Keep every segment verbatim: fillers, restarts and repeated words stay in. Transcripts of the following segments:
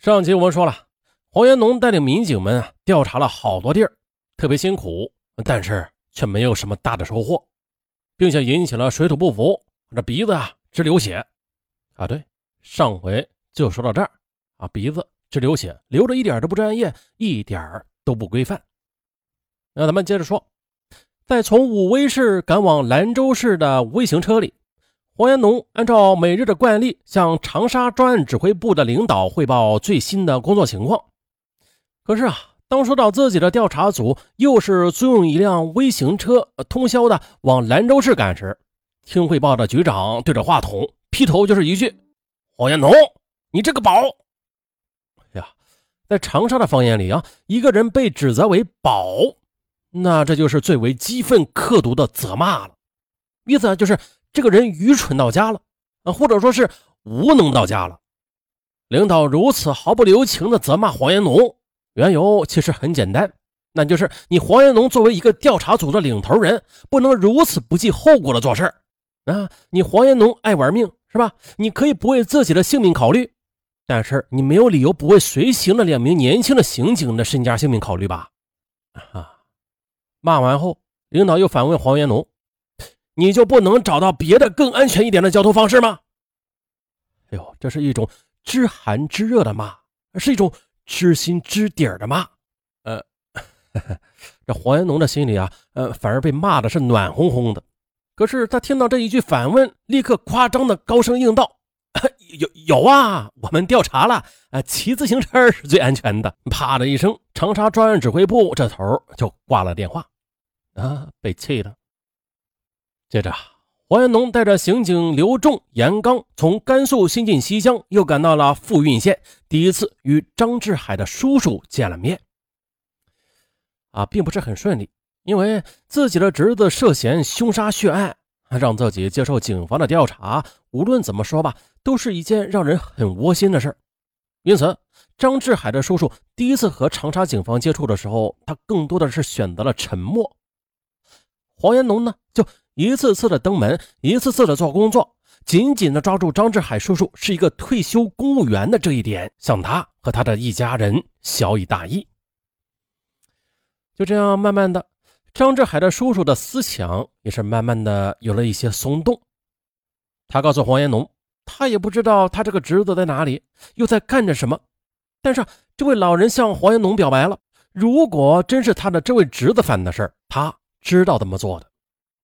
上集我们说了，黄延农带领民警们啊调查了好多地儿，特别辛苦，但是却没有什么大的收获，并且引起了水土不服，这鼻子啊直流血啊。对，上回就说到这儿啊，鼻子直流血，流的一点都不专业，一点都不规范。那咱们接着说，在从武威市赶往兰州市的微型车里，黄延农按照每日的惯例向长沙专案指挥部的领导汇报最新的工作情况。可是啊，当说到自己的调查组又是租用一辆微型车通宵的往兰州市赶时，听汇报的局长对着话筒劈头就是一句：黄延农，你这个宝呀！在长沙的方言里啊，一个人被指责为宝，那这就是最为激愤刻毒的责骂了，意思就是这个人愚蠢到家了，或者说是无能到家了。领导如此毫不留情地责骂黄延农，缘由其实很简单，那就是你黄延农作为一个调查组的领头人，不能如此不计后果的做事啊！你黄延农爱玩命是吧？你可以不为自己的性命考虑，但是你没有理由不为随行的两名年轻的刑警的身家性命考虑吧？啊！骂完后，领导又反问黄延农，你就不能找到别的更安全一点的交通方式吗？哎呦，这是一种知寒知热的骂，是一种知心知底的骂。呃，呵呵这黄延农的心里啊，呃，反而被骂的是暖烘烘的。可是他听到这一句反问，立刻夸张的高声应道：有有啊，我们调查了，啊，骑自行车是最安全的。啪的一声，长沙专案指挥部这头就挂了电话。啊，被气的。接着，黄延农带着刑警刘仲、严刚从甘肃新进西乡，又赶到了富蕴县，第一次与张志海的叔叔见了面。啊，并不是很顺利，因为自己的侄子涉嫌凶杀血案，让自己接受警方的调查，无论怎么说吧，都是一件让人很窝心的事儿。因此，张志海的叔叔第一次和长沙警方接触的时候，他更多的是选择了沉默。黄延农呢，就一次次的登门，一次次的做工作，紧紧的抓住张志海叔叔是一个退休公务员的这一点，向他和他的一家人晓以大义。就这样，慢慢的，张志海的叔叔的思想也是慢慢的有了一些松动。他告诉黄延农，他也不知道他这个侄子在哪里，又在干着什么，但是这位老人向黄延农表白了，如果真是他的这位侄子犯的事儿，他知道怎么做的。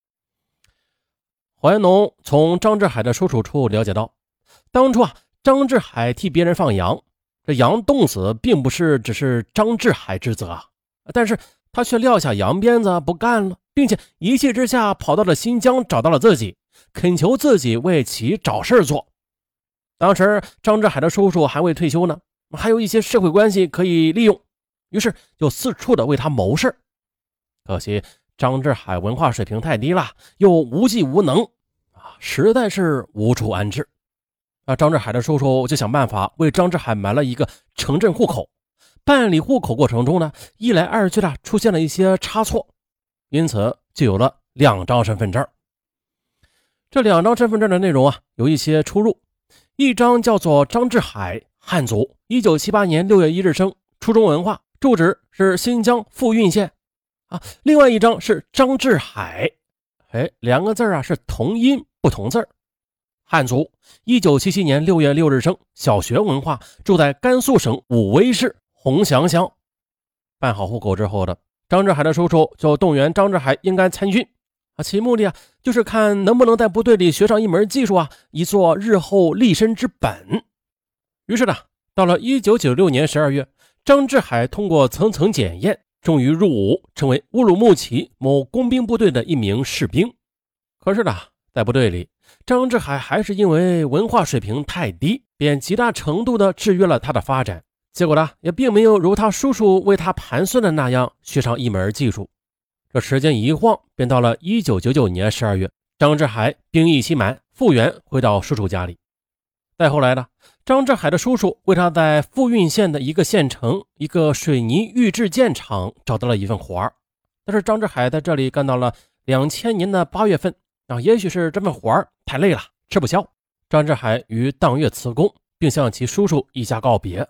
黄延农从张志海的叔叔处了解到，当初啊，张志海替别人放羊，这羊冻死并不是只是张志海之责啊，但是他却撂下羊鞭子不干了，并且一气之下跑到了新疆，找到了自己，恳求自己为其找事做。当时张志海的叔叔还未退休呢，还有一些社会关系可以利用，于是就四处的为他谋事。可惜张志海文化水平太低了，又无技无能啊，实在是无处安置。啊，张志海的叔叔就想办法为张志海买了一个城镇户口。办理户口过程中呢，一来二去的出现了一些差错，因此就有了两张身份证。这两张身份证的内容啊有一些出入，一张叫做张志海，汉族，一九七八年六月一日生，初中文化，住址是新疆富蕴县啊。另外一张是张志海，哎，两个字啊是同音不同字，汉族，一九七七年六月六日生，小学文化，住在甘肃省武威市红祥乡。办好户口之后的张志海的叔叔就动员张志海应该参军啊，其目的啊就是看能不能在部队里学上一门技术啊，以做日后立身之本。于是呢，到了一九九六年十二月，张志海通过层层检验，终于入伍，成为乌鲁木齐某工兵部队的一名士兵。可是呢，在部队里，张志海还是因为文化水平太低，便极大程度的制约了他的发展。结果呢，也并没有如他叔叔为他盘算的那样学上一门技术。这时间一晃，便到了一九九九年十二月，张志海兵役期满，复员回到叔叔家里。再后来呢，张志海的叔叔为他在富蕴县的一个县城一个水泥预制件厂找到了一份活儿。但是张志海在这里干到了两千年的八月份啊，也许是这份活儿太累了，吃不消，张志海于当月辞工，并向其叔叔一家告别，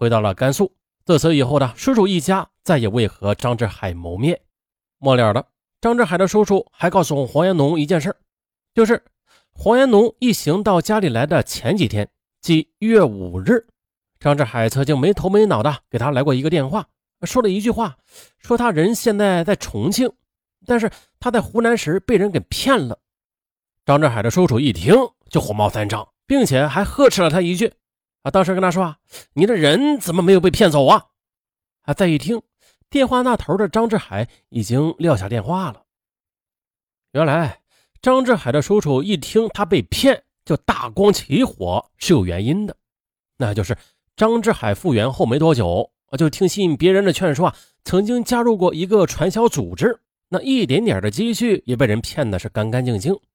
回到了甘肃。自此以后呢，叔叔一家再也未和张志海谋面。末了的，张志海的叔叔还告诉黄延农一件事，就是黄延农一行到家里来的前几天，即一月五日，张志海曾经没头没脑的给他来过一个电话，说了一句话，说他人现在在重庆，但是他在湖南时被人给骗了。张志海的叔叔一听就火冒三丈，并且还呵斥了他一句啊，当时跟他说啊，你的人怎么没有被骗走啊？啊，再一听，电话那头的张志海已经撂下电话了。原来张志海的叔叔一听他被骗就大光起火是有原因的，那就是张志海复原后没多久，就听信别人的劝说啊，曾经加入过一个传销组织，那一点点的积蓄也被人骗的是干干净净。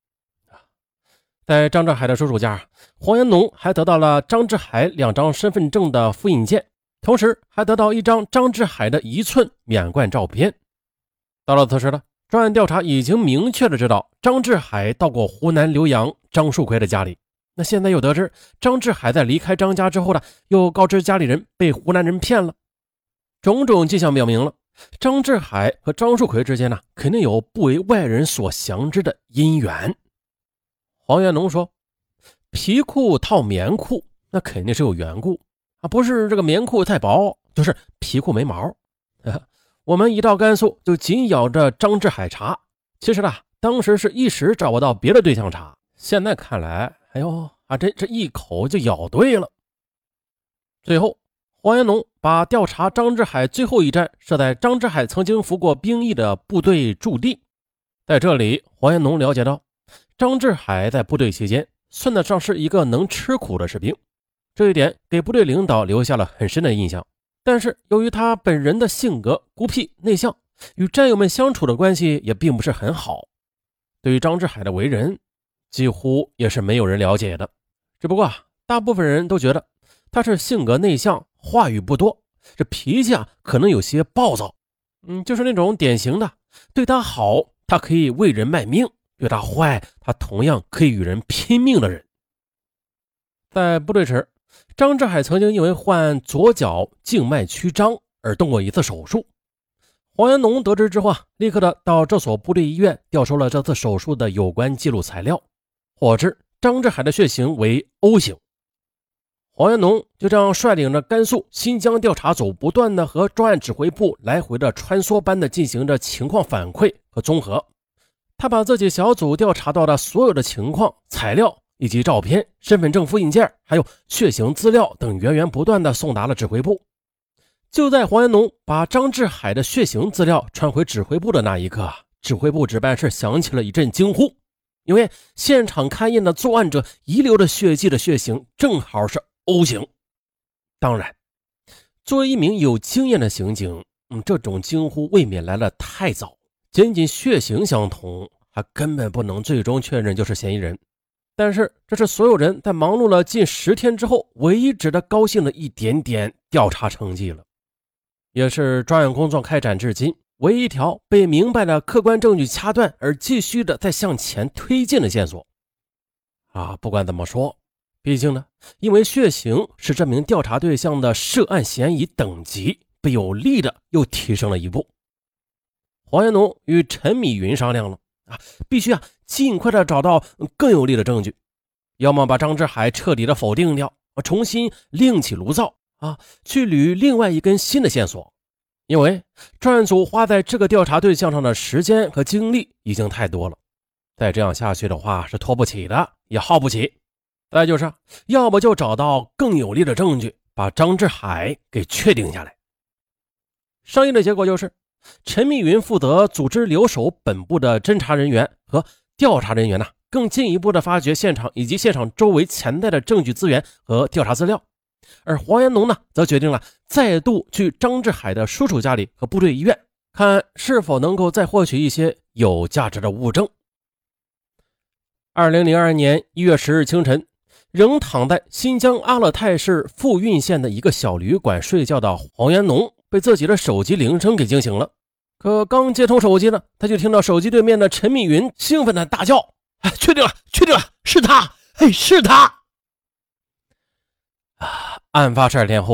在张志海的叔叔家，黄延农还得到了张志海两张身份证的复印件，同时还得到一张张志海的一寸免冠照片。到了此时呢，专案调查已经明确的知道张志海到过湖南浏阳张树奎的家里，那现在又得知张志海在离开张家之后呢，又告知家里人被湖南人骗了。种种迹象表明了张志海和张树奎之间呢，肯定有不为外人所详知的姻缘。黄延农说，皮裤套棉裤那肯定是有缘故啊，不是这个棉裤太薄，就是皮裤没毛。我们一到甘肃就紧咬着张志海查，其实呢，当时是一时找不到别的对象查，现在看来，哎呦啊，这这一口就咬对了。最后，黄延农把调查张志海最后一站设在张志海曾经服过兵役的部队驻地。在这里，黄延农了解到，张志海在部队期间算得上是一个能吃苦的士兵，这一点给部队领导留下了很深的印象。但是由于他本人的性格孤僻内向，与战友们相处的关系也并不是很好，对于张志海的为人几乎也是没有人了解的。只不过啊，大部分人都觉得他是性格内向，话语不多，这脾气啊可能有些暴躁，嗯，就是那种典型的对他好他可以为人卖命，对他坏他同样可以与人拼命的人。在部队时，张志海曾经因为患左脚静脉曲张而动过一次手术。黄延农得知之后啊，立刻的到这所部队医院调收了这次手术的有关记录材料，获知张志海的血型为 O 型。黄延农就这样率领着甘肃、新疆调查组不断的和专案指挥部来回的穿梭般的进行着情况反馈和综合。他把自己小组调查到的所有的情况、材料以及照片、身份证复印件还有血型资料等源源不断的送达了指挥部。就在黄延农把张志海的血型资料传回指挥部的那一刻，指挥部值班室响起了一阵惊呼，因为现场勘验的作案者遗留的血迹的血型正好是 O 型。当然，作为一名有经验的刑警，嗯，这种惊呼未免来得太早，仅仅血型相同还根本不能最终确认就是嫌疑人。但是这是所有人在忙碌了近十天之后唯一值得高兴的一点点调查成绩了，也是专案工作开展至今唯一一条被明白的客观证据掐断而继续的再向前推进的线索啊！不管怎么说，毕竟呢，因为血型使这名调查对象的涉案嫌疑等级被有力的又提升了一步。黄延农与陈米云商量了啊，必须啊尽快的找到更有力的证据，要么把张志海彻底的否定掉，重新另起炉灶啊，去捋另外一根新的线索。因为专案组花在这个调查对象上的时间和精力已经太多了，再这样下去的话是拖不起的，也耗不起。再就是要不就找到更有力的证据，把张志海给确定下来。商议的结果就是陈密云负责组织留守本部的侦查人员和调查人员呢，更进一步的发掘现场以及现场周围潜在的证据资源和调查资料。而黄延农呢，则决定了再度去张志海的叔叔家里和部队医院，看是否能够再获取一些有价值的物证。二零零二年一月十日清晨，仍躺在新疆阿勒泰市富蕴县的一个小旅馆睡觉的黄延农被自己的手机铃声给惊醒了。可刚接通手机呢，他就听到手机对面的陈密云兴奋的大叫：哎，确定了，确定了，是他，哎，是他！啊，案发十二天后的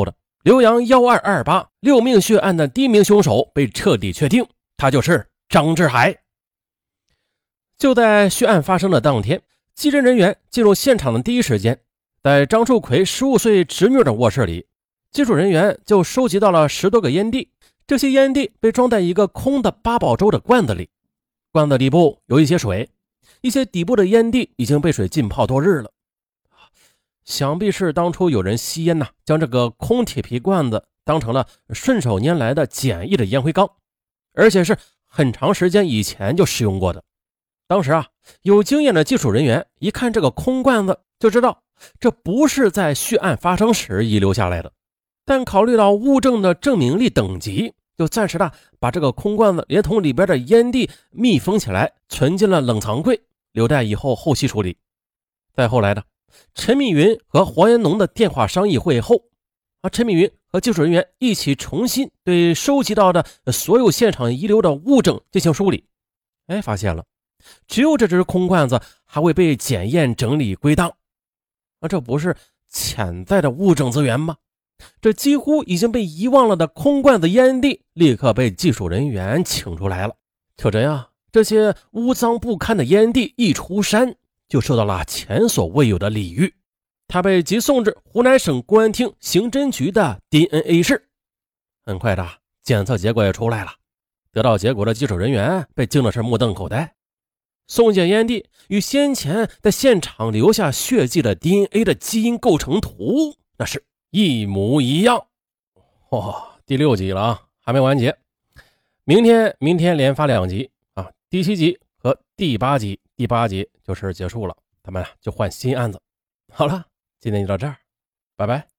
浏阳一二二八六命血案的第一名凶手被彻底确定，他就是张志海。就在血案发生的当天，技侦人员进入现场的第一时间，在张树奎十五岁侄女的卧室里，技术人员就收集到了十多个烟蒂，这些烟蒂被装在一个空的八宝粥的罐子里，罐子底部有一些水，一些底部的烟蒂已经被水浸泡多日了。想必是当初有人吸烟呐、啊，将这个空铁皮罐子当成了顺手拈来的简易的烟灰缸，而且是很长时间以前就使用过的。当时啊，有经验的技术人员一看这个空罐子就知道这不是在血案发生时遗留下来的，但考虑到物证的证明力等级，就暂时的把这个空罐子连同里边的烟蒂密封起来，存进了冷藏柜，留待以后后期处理。再后来的陈密云和黄延农的电话商议会后，啊，陈密云和技术人员一起重新对收集到的所有现场遗留的物证进行梳理。哎，发现了，只有这只空罐子还未被检验整理归档。啊，这不是潜在的物证资源吗？这几乎已经被遗忘了的空罐子烟蒂立刻被技术人员请出来了。就这样，这些污脏不堪的烟蒂一出山，就受到了前所未有的礼遇，他被急送至湖南省公安厅刑侦局的 D N A 室。很快的检测结果也出来了，得到结果的技术人员被惊的是目瞪口呆。送检烟蒂与先前在现场留下血迹的 D N A 的基因构成图那是一模一样。哇、哦，第六集了啊，还没完结。明天明天连发两集啊，第七集和第八集，第八集就是结束了，咱们就换新案子。好了，今天就到这儿，拜拜。